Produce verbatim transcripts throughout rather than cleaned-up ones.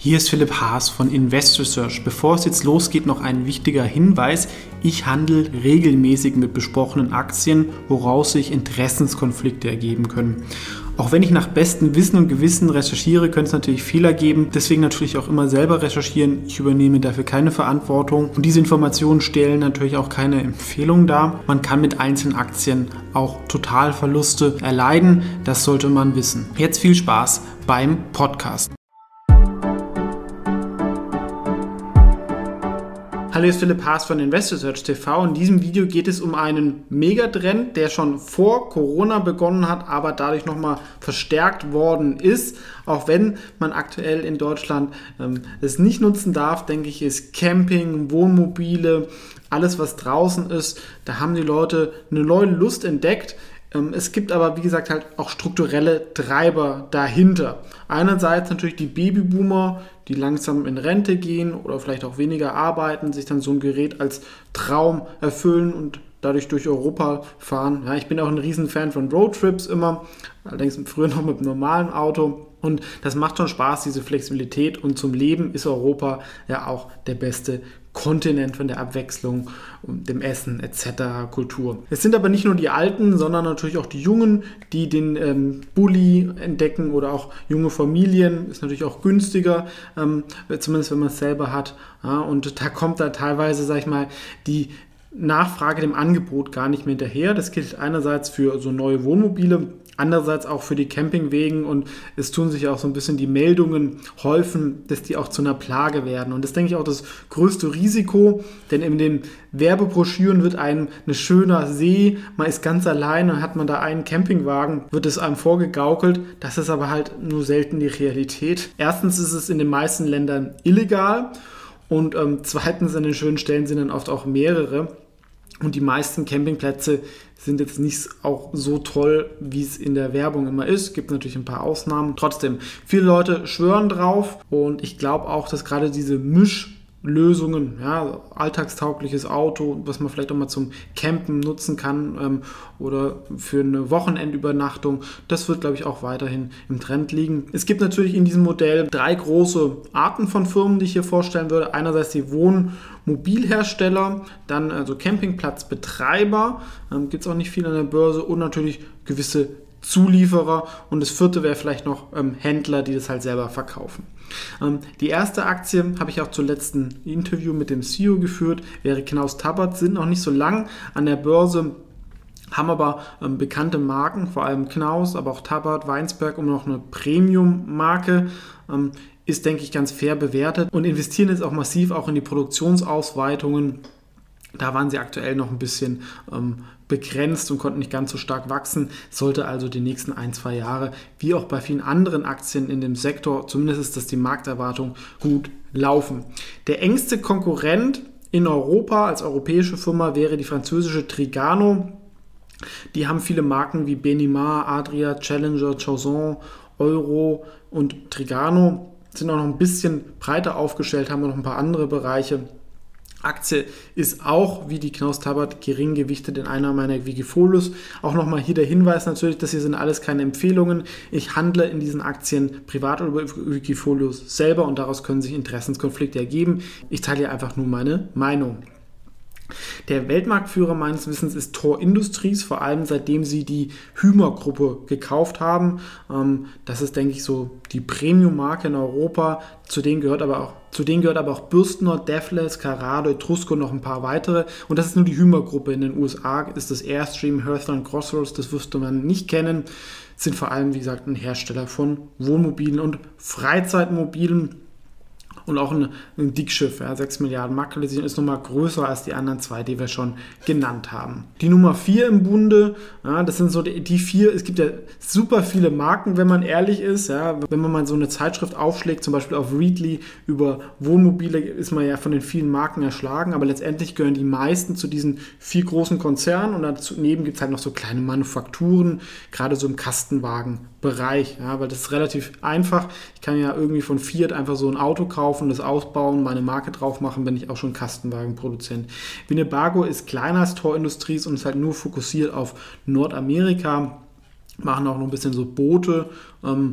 Hier ist Philipp Haas von Invest Research. Bevor es jetzt losgeht, noch ein wichtiger Hinweis. Ich handle regelmäßig mit besprochenen Aktien, woraus sich Interessenskonflikte ergeben können. Auch wenn ich nach bestem Wissen und Gewissen recherchiere, können es natürlich Fehler geben. Deswegen natürlich auch immer selber recherchieren. Ich übernehme dafür keine Verantwortung. Und diese Informationen stellen natürlich auch keine Empfehlung dar. Man kann mit einzelnen Aktien auch Totalverluste erleiden. Das sollte man wissen. Jetzt viel Spaß beim Podcast. Hallo, hier ist Philipp Haas von Invest Research T V. In diesem Video geht es um einen Megatrend, der schon vor Corona begonnen hat, aber dadurch nochmal verstärkt worden ist. Auch wenn man aktuell in Deutschland ähm, es nicht nutzen darf, denke ich, ist Camping, Wohnmobile, alles was draußen ist, da haben die Leute eine neue Lust entdeckt. Es gibt aber, wie gesagt, halt auch strukturelle Treiber dahinter. Einerseits natürlich die Babyboomer, die langsam in Rente gehen oder vielleicht auch weniger arbeiten, sich dann so ein Gerät als Traum erfüllen und dadurch durch Europa fahren. Ja, ich bin auch ein Riesenfan von Roadtrips immer, allerdings früher noch mit einem normalen Auto. Und das macht schon Spaß, diese Flexibilität. Und zum Leben ist Europa ja auch der beste Kontinent von der Abwechslung, dem Essen et cetera, Kultur. Es sind aber nicht nur die Alten, sondern natürlich auch die Jungen, die den ähm, Bulli entdecken oder auch junge Familien. Ist natürlich auch günstiger, ähm, zumindest wenn man es selber hat. Ja, und da kommt da teilweise, sag ich mal, die Nachfrage dem Angebot gar nicht mehr hinterher. Das gilt einerseits für so neue Wohnmobile, andererseits auch für die Campingwegen, und es tun sich auch so ein bisschen die Meldungen häufen, dass die auch zu einer Plage werden. Und das denke ich auch das größte Risiko, denn in den Werbebroschüren wird einem ein schöner See, man ist ganz allein und hat man da einen Campingwagen, wird es einem vorgegaukelt. Das ist aber halt nur selten die Realität. Erstens ist es in den meisten Ländern illegal und ähm, zweitens an den schönen Stellen sind dann oft auch mehrere. Und die meisten Campingplätze sind jetzt nicht auch so toll, wie es in der Werbung immer ist. Es gibt natürlich ein paar Ausnahmen. Trotzdem, viele Leute schwören drauf. Und ich glaube auch, dass gerade diese Mischlösungen, ja, alltagstaugliches Auto, was man vielleicht auch mal zum Campen nutzen kann ähm, oder für eine Wochenendübernachtung, das wird, glaube ich, auch weiterhin im Trend liegen. Es gibt natürlich in diesem Modell drei große Arten von Firmen, die ich hier vorstellen würde. Einerseits die Wohnmobilhersteller, dann also Campingplatzbetreiber, ähm, gibt es auch nicht viel an der Börse, und natürlich gewisse Zulieferer, und das vierte wäre vielleicht noch ähm, Händler, die das halt selber verkaufen. Ähm, die erste Aktie habe ich auch zuletzt ein Interview mit dem C E O geführt, wäre Knaus Tabbert, sind noch nicht so lang an der Börse, haben aber ähm, bekannte Marken, vor allem Knaus, aber auch Tabbert, Weinsberg und noch eine Premium-Marke, ähm, ist, denke ich, ganz fair bewertet, und investieren jetzt auch massiv auch in die Produktionsausweitungen. Da waren sie aktuell noch ein bisschen ähm, begrenzt und konnten nicht ganz so stark wachsen. Sollte also die nächsten ein, zwei Jahre, wie auch bei vielen anderen Aktien in dem Sektor, zumindest ist das die Markterwartung, gut laufen. Der engste Konkurrent in Europa als europäische Firma wäre die französische Trigano. Die haben viele Marken wie Benimar, Adria, Challenger, Chausson, Euro und Trigano. Sind auch noch ein bisschen breiter aufgestellt, haben wir noch ein paar andere Bereiche. Aktie ist auch, wie die Knaus Tabbert, gering gewichtet in einer meiner Wikifolios. Auch nochmal hier der Hinweis natürlich, das hier sind alles keine Empfehlungen. Ich handle in diesen Aktien privat über Wikifolios selber, und daraus können sich Interessenskonflikte ergeben. Ich teile hier einfach nur meine Meinung. Der Weltmarktführer meines Wissens ist Thor Industries, vor allem seitdem sie die Hymer-Gruppe gekauft haben. Das ist, denke ich, so die Premium-Marke in Europa. Zu denen gehört aber auch, zu denen gehört aber auch Bürstner, Devles, Carrado, Etrusco und noch ein paar weitere. Und das ist nur die Hymer-Gruppe. In den U S A ist das Airstream, Hearthland, Crossroads, das wirst man nicht kennen. Sind vor allem, wie gesagt, ein Hersteller von Wohnmobilen und Freizeitmobilen. Und auch ein, ein Dickschiff, ja, sechs Milliarden Markt ist nochmal größer als die anderen zwei, die wir schon genannt haben. Die Nummer vier im Bunde, ja, das sind so die, die vier, es gibt ja super viele Marken, wenn man ehrlich ist. Ja, wenn man mal so eine Zeitschrift aufschlägt, zum Beispiel auf Readly über Wohnmobile, ist man ja von den vielen Marken erschlagen, aber letztendlich gehören die meisten zu diesen vier großen Konzernen, und daneben gibt es halt noch so kleine Manufakturen, gerade so im Kastenwagenbereich, ja, weil das ist relativ einfach. Ich kann ja irgendwie von Fiat einfach so ein Auto kaufen, das ausbauen, meine Marke drauf machen, bin ich auch schon Kastenwagenproduzent. Winnebago ist kleiner als Thor Industries und ist halt nur fokussiert auf Nordamerika, machen auch noch ein bisschen so Boote. Ähm,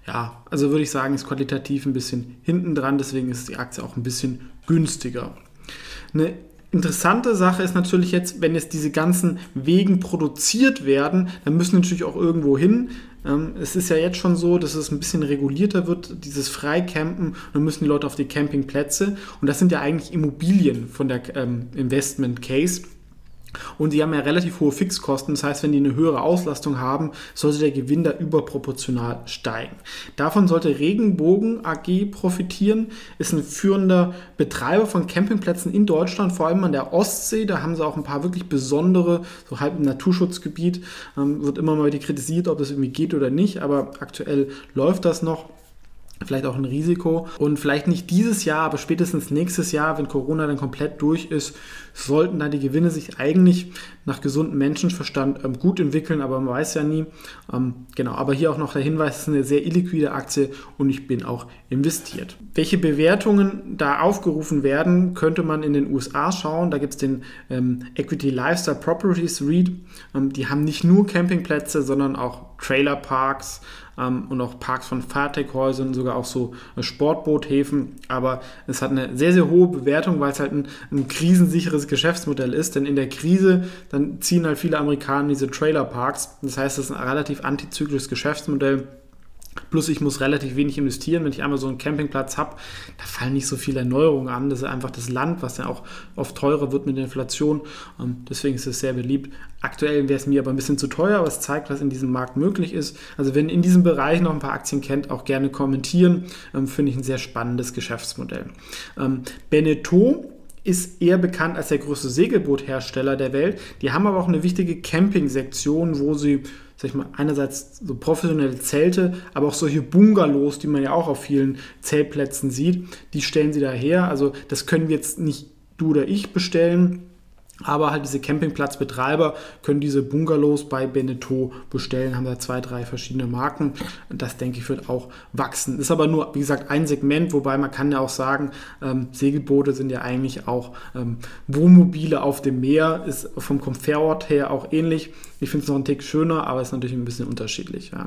ja, also würde ich sagen, ist qualitativ ein bisschen hinten dran, deswegen ist die Aktie auch ein bisschen günstiger. Eine interessante Sache ist natürlich jetzt, wenn jetzt diese ganzen Wegen produziert werden, dann müssen natürlich auch irgendwo hin. Ähm, es ist ja jetzt schon so, dass es ein bisschen regulierter wird, dieses Freicampen, dann müssen die Leute auf die Campingplätze und das sind ja eigentlich Immobilien von der ähm, Investment Case. Und die haben ja relativ hohe Fixkosten, das heißt, wenn die eine höhere Auslastung haben, sollte der Gewinn da überproportional steigen. Davon sollte Regenbogen A G profitieren, ist ein führender Betreiber von Campingplätzen in Deutschland, vor allem an der Ostsee, da haben sie auch ein paar wirklich besondere, so halb im Naturschutzgebiet, ähm, wird immer mal wieder kritisiert, ob das irgendwie geht oder nicht, aber aktuell läuft das noch. Vielleicht auch ein Risiko und vielleicht nicht dieses Jahr, aber spätestens nächstes Jahr, wenn Corona dann komplett durch ist, sollten dann die Gewinne sich eigentlich nach gesundem Menschenverstand ähm, gut entwickeln, aber man weiß ja nie. Ähm, genau, aber hier auch noch der Hinweis, es ist eine sehr illiquide Aktie und ich bin auch investiert. Welche Bewertungen da aufgerufen werden, könnte man in den U S A schauen. Da gibt es den ähm, Equity Lifestyle Properties REIT. Ähm, die haben nicht nur Campingplätze, sondern auch Trailerparks ähm, und auch Parks von Fahrtechhäusern, sogar auch so äh, Sportboothäfen. Aber es hat eine sehr, sehr hohe Bewertung, weil es halt ein, ein krisensicheres Geschäftsmodell ist. Denn in der Krise, dann ziehen halt viele Amerikaner diese Trailerparks. Das heißt, es ist ein relativ antizyklisches Geschäftsmodell. Plus ich muss relativ wenig investieren, wenn ich einmal so einen Campingplatz habe, da fallen nicht so viele Erneuerungen an. Das ist einfach das Land, was ja auch oft teurer wird mit der Inflation. Deswegen ist es sehr beliebt. Aktuell wäre es mir aber ein bisschen zu teuer, aber es zeigt, was in diesem Markt möglich ist. Also wenn ihr in diesem Bereich noch ein paar Aktien kennt, auch gerne kommentieren. Finde ich ein sehr spannendes Geschäftsmodell. Beneteau ist eher bekannt als der größte Segelboothersteller der Welt. Die haben aber auch eine wichtige Camping-Sektion, wo sie, sag ich mal, einerseits so professionelle Zelte, aber auch solche Bungalows, die man ja auch auf vielen Zeltplätzen sieht, die stellen sie daher. Also das können wir jetzt nicht du oder ich bestellen, aber halt diese Campingplatzbetreiber können diese Bungalows bei Beneteau bestellen, haben da zwei, drei verschiedene Marken. Das, denke ich, wird auch wachsen. Ist aber nur, wie gesagt, ein Segment, wobei man kann ja auch sagen, ähm, Segelboote sind ja eigentlich auch ähm, Wohnmobile auf dem Meer, ist vom Komfortort her auch ähnlich. Ich finde es noch einen Tick schöner, aber ist natürlich ein bisschen unterschiedlich. Ja.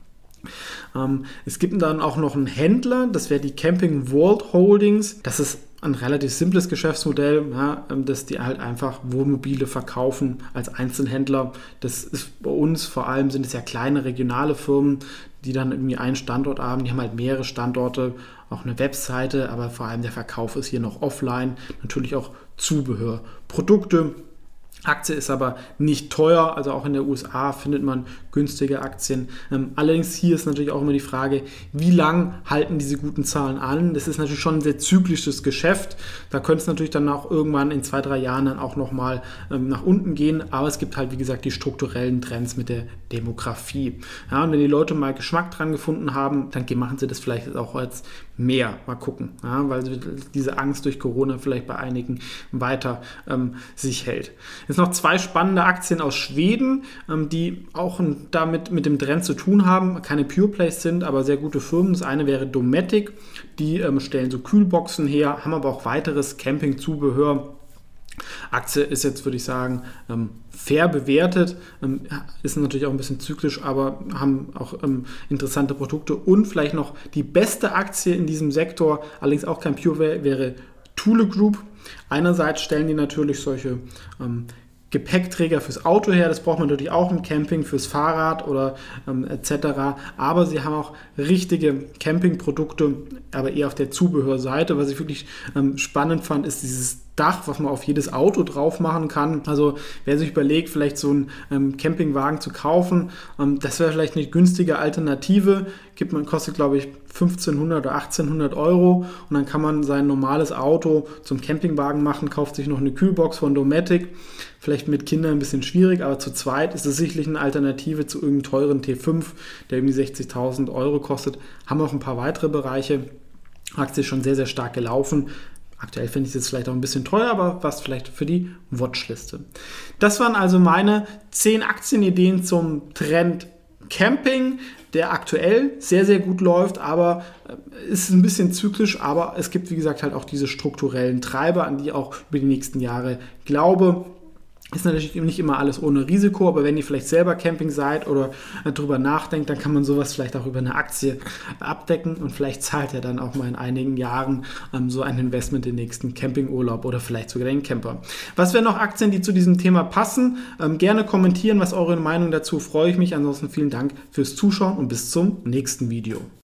Ähm, es gibt dann auch noch einen Händler, das wäre die Camping World Holdings. Das ist ein relativ simples Geschäftsmodell, ja, dass die halt einfach Wohnmobile verkaufen als Einzelhändler. Das ist bei uns, vor allem sind es ja kleine regionale Firmen, die dann irgendwie einen Standort haben. Die haben halt mehrere Standorte, auch eine Webseite, aber vor allem der Verkauf ist hier noch offline. Natürlich auch Zubehör, Produkte. Aktie ist aber nicht teuer, also auch in der U S A findet man günstige Aktien. Ähm, allerdings hier ist natürlich auch immer die Frage, wie lang halten diese guten Zahlen an? Das ist natürlich schon ein sehr zyklisches Geschäft. Da könnte es natürlich dann auch irgendwann in zwei, drei Jahren dann auch nochmal ähm, nach unten gehen. Aber es gibt halt, wie gesagt, die strukturellen Trends mit der Demografie. Ja, und wenn die Leute mal Geschmack dran gefunden haben, dann machen sie das vielleicht auch jetzt mehr. Mal gucken, ja, weil diese Angst durch Corona vielleicht bei einigen weiter ähm, sich hält. Jetzt noch zwei spannende Aktien aus Schweden, ähm, die auch ein, damit mit dem Trend zu tun haben, keine Pure Plays sind, aber sehr gute Firmen. Das eine wäre Dometic, die ähm, stellen so Kühlboxen her, haben aber auch weiteres Campingzubehör. Aktie ist jetzt, würde ich sagen, ähm, fair bewertet, ähm, ist natürlich auch ein bisschen zyklisch, aber haben auch ähm, interessante Produkte. Und vielleicht noch die beste Aktie in diesem Sektor, allerdings auch kein Pure, wäre Thule Group. Einerseits stellen die natürlich solche ähm, Gepäckträger fürs Auto her, das braucht man natürlich auch im Camping, fürs Fahrrad oder ähm, et cetera. Aber sie haben auch richtige Campingprodukte, aber eher auf der Zubehörseite. Was ich wirklich ähm, spannend fand, ist dieses Dach, was man auf jedes Auto drauf machen kann. Also wer sich überlegt, vielleicht so einen ähm, Campingwagen zu kaufen, ähm, das wäre vielleicht eine günstige Alternative. Gibt man, kostet, glaube ich, fünfzehnhundert oder achtzehnhundert Euro und dann kann man sein normales Auto zum Campingwagen machen, kauft sich noch eine Kühlbox von Dometic. Vielleicht mit Kindern ein bisschen schwierig, aber zu zweit ist es sicherlich eine Alternative zu irgendeinem teuren T fünf, der irgendwie sechzigtausend Euro kostet. Haben auch ein paar weitere Bereiche. Aktie ist schon sehr, sehr stark gelaufen. Aktuell finde ich es jetzt vielleicht auch ein bisschen teuer, aber was vielleicht für die Watchliste. Das waren also meine zehn Aktienideen zum Trend Camping, der aktuell sehr, sehr gut läuft, aber ist ein bisschen zyklisch, aber es gibt, wie gesagt, halt auch diese strukturellen Treiber, an die auch über die nächsten Jahre glaube. Ist natürlich nicht immer alles ohne Risiko, aber wenn ihr vielleicht selber Camping seid oder darüber nachdenkt, dann kann man sowas vielleicht auch über eine Aktie abdecken und vielleicht zahlt ja dann auch mal in einigen Jahren ähm, so ein Investment den nächsten Campingurlaub oder vielleicht sogar den Camper. Was wären noch Aktien, die zu diesem Thema passen? Ähm, gerne kommentieren, was eure Meinung dazu, freue ich mich. Ansonsten vielen Dank fürs Zuschauen und bis zum nächsten Video.